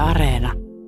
Areena.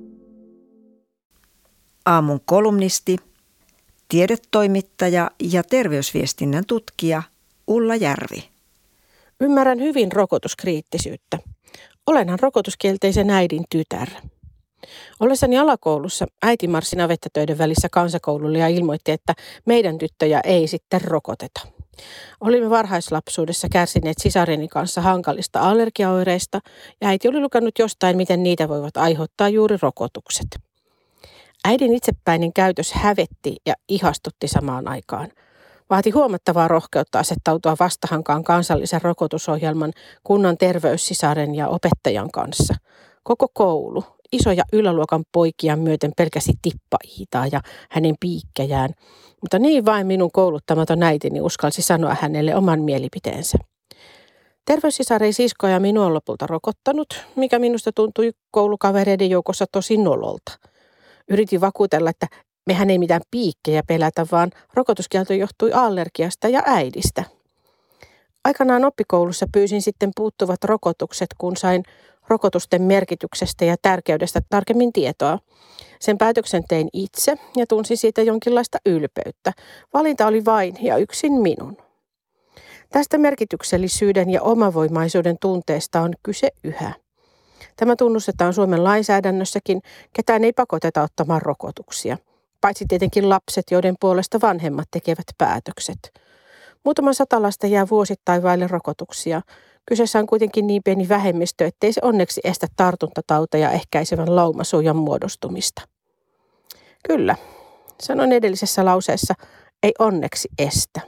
Aamun kolumnisti, tiedetoimittaja ja terveysviestinnän tutkija Ulla Järvi. Ymmärrän hyvin rokotuskriittisyyttä. Olenhan rokotuskielteisen äidin tytär. Ollessani alakoulussa äiti marssi navettatöiden välissä kansakoululle ja ilmoitti, että meidän tyttöjä ei sitten rokoteta. Olimme varhaislapsuudessa kärsineet sisareni kanssa hankalista allergiaoireista ja äiti oli lukenut jostain, miten niitä voivat aiheuttaa juuri rokotukset. Äidin itsepäinen käytös hävetti ja ihastutti samaan aikaan. Vaati huomattavaa rohkeutta asettautua vastahankaan kansallisen rokotusohjelman, kunnan terveyssisaren ja opettajan kanssa. Koko koulu, isoja yläluokan poikia myöten pelkäsi Tippa-Iitaa ja hänen piikkejään, mutta niin vain minun kouluttamaton äitini uskalsi sanoa hänelle oman mielipiteensä. Terveyssisar ei siskoja minua lopulta rokottanut, mikä minusta tuntui koulukavereiden joukossa tosi nololta. Yritin vakuutella, että mehän ei mitään piikkejä pelätä, vaan rokotuskielto johtui allergiasta ja äidistä. Aikanaan oppikoulussa pyysin sitten puuttuvat rokotukset, kun sain rokotusten merkityksestä ja tärkeydestä tarkemmin tietoa. Sen päätöksen tein itse ja tunsin siitä jonkinlaista ylpeyttä. Valinta oli vain ja yksin minun. Tästä merkityksellisyyden ja omavoimaisuuden tunteesta on kyse yhä. Tämä tunnustetaan Suomen lainsäädännössäkin, ketään ei pakoteta ottamaan rokotuksia. Paitsi tietenkin lapset, joiden puolesta vanhemmat tekevät päätökset. Muutama 100 lasta jää vuosittain vaille rokotuksia. Kyseessä on kuitenkin niin pieni vähemmistö, ettei se onneksi estä tartuntatauteja ehkäisevän laumasuojan muodostumista. Kyllä, sanoin edellisessä lauseessa, ei onneksi estä.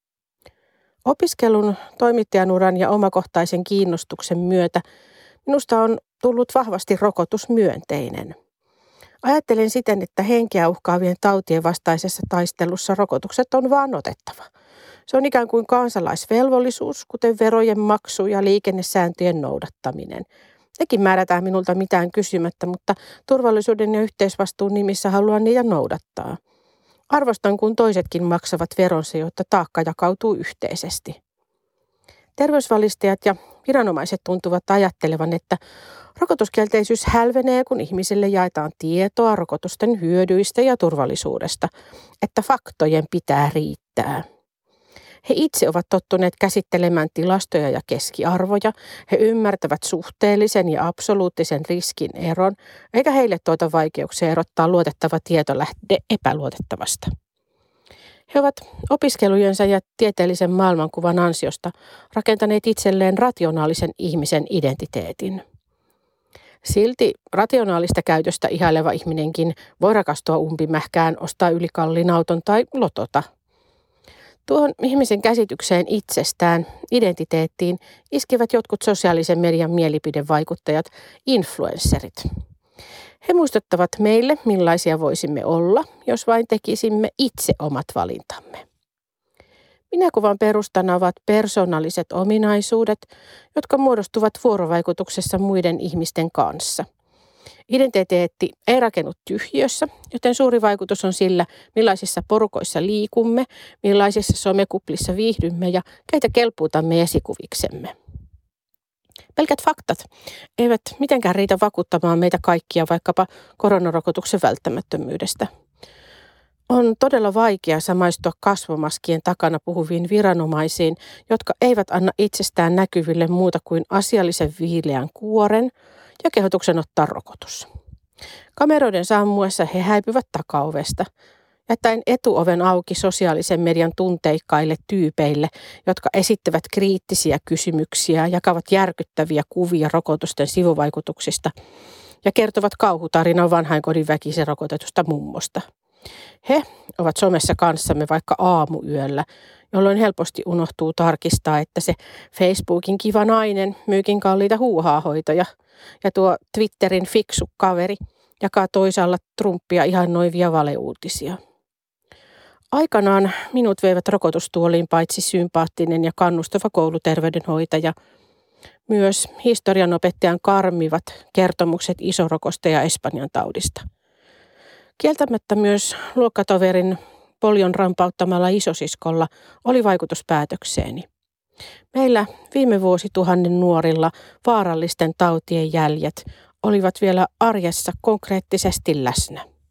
Opiskelun, toimittajanuran ja omakohtaisen kiinnostuksen myötä minusta on tullut vahvasti rokotusmyönteinen. Ajattelen siten, että henkeä uhkaavien tautien vastaisessa taistelussa rokotukset on vaan otettava. Se on ikään kuin kansalaisvelvollisuus, kuten verojen maksu ja liikennesääntöjen noudattaminen. Nekin määrätään minulta mitään kysymättä, mutta turvallisuuden ja yhteisvastuun nimissä haluan niitä noudattaa. Arvostan, kun toisetkin maksavat veronsa, jotta taakka jakautuu yhteisesti. Terveysvalistajat ja viranomaiset tuntuvat ajattelevan, että rokotuskielteisyys hälvenee, kun ihmisille jaetaan tietoa rokotusten hyödyistä ja turvallisuudesta, että faktojen pitää riittää. He itse ovat tottuneet käsittelemään tilastoja ja keskiarvoja. He ymmärtävät suhteellisen ja absoluuttisen riskin eron, eikä heille tuota vaikeuksia erottaa luotettava tietolähde epäluotettavasta. He ovat opiskelujensa ja tieteellisen maailmankuvan ansiosta rakentaneet itselleen rationaalisen ihmisen identiteetin. Silti rationaalista käytöstä ihaileva ihminenkin voi rakastua umpimähkään, ostaa ylikalliin auton tai lotota. Tuohon ihmisen käsitykseen itsestään, identiteettiin, iskevät jotkut sosiaalisen median mielipidevaikuttajat, influencerit. He muistuttavat meille, millaisia voisimme olla, jos vain tekisimme itse omat valintamme. Minäkuvan perustana ovat persoonalliset ominaisuudet, jotka muodostuvat vuorovaikutuksessa muiden ihmisten kanssa. Identiteetti ei rakennu tyhjiössä, joten suuri vaikutus on sillä, millaisissa porukoissa liikumme, millaisissa somekuplissa viihdymme ja keitä kelpuutamme esikuviksemme. Pelkät faktat eivät mitenkään riitä vakuuttamaan meitä kaikkia vaikkapa koronarokotuksen välttämättömyydestä. On todella vaikea samaistua kasvomaskien takana puhuviin viranomaisiin, jotka eivät anna itsestään näkyville muuta kuin asiallisen viileän kuoren ja kehotuksen ottaa rokotus. Kameroiden sammuessa he häipyvät takaovesta, jättäen etuoven auki sosiaalisen median tunteikkaille tyypeille, jotka esittävät kriittisiä kysymyksiä, jakavat järkyttäviä kuvia rokotusten sivuvaikutuksista ja kertovat kauhutarinan vanhainkodin väkisin rokotetusta mummosta. He ovat somessa kanssamme vaikka aamuyöllä, jolloin helposti unohtuu tarkistaa, että se Facebookin kiva nainen myykin kalliita huuhaahoitoja ja tuo Twitterin fiksu kaveri jakaa toisaalla Trumpia ihannoivia valeuutisia. Aikanaan minut veivät rokotustuoliin paitsi sympaattinen ja kannustava kouluterveydenhoitaja, myös historianopettajan karmivat kertomukset isorokosta ja Espanjan taudista. Kieltämättä myös luokkatoverin polion rampauttamalla isosiskolla oli vaikutus päätökseeni. Meillä viime vuosituhannen nuorilla vaarallisten tautien jäljet olivat vielä arjessa konkreettisesti läsnä.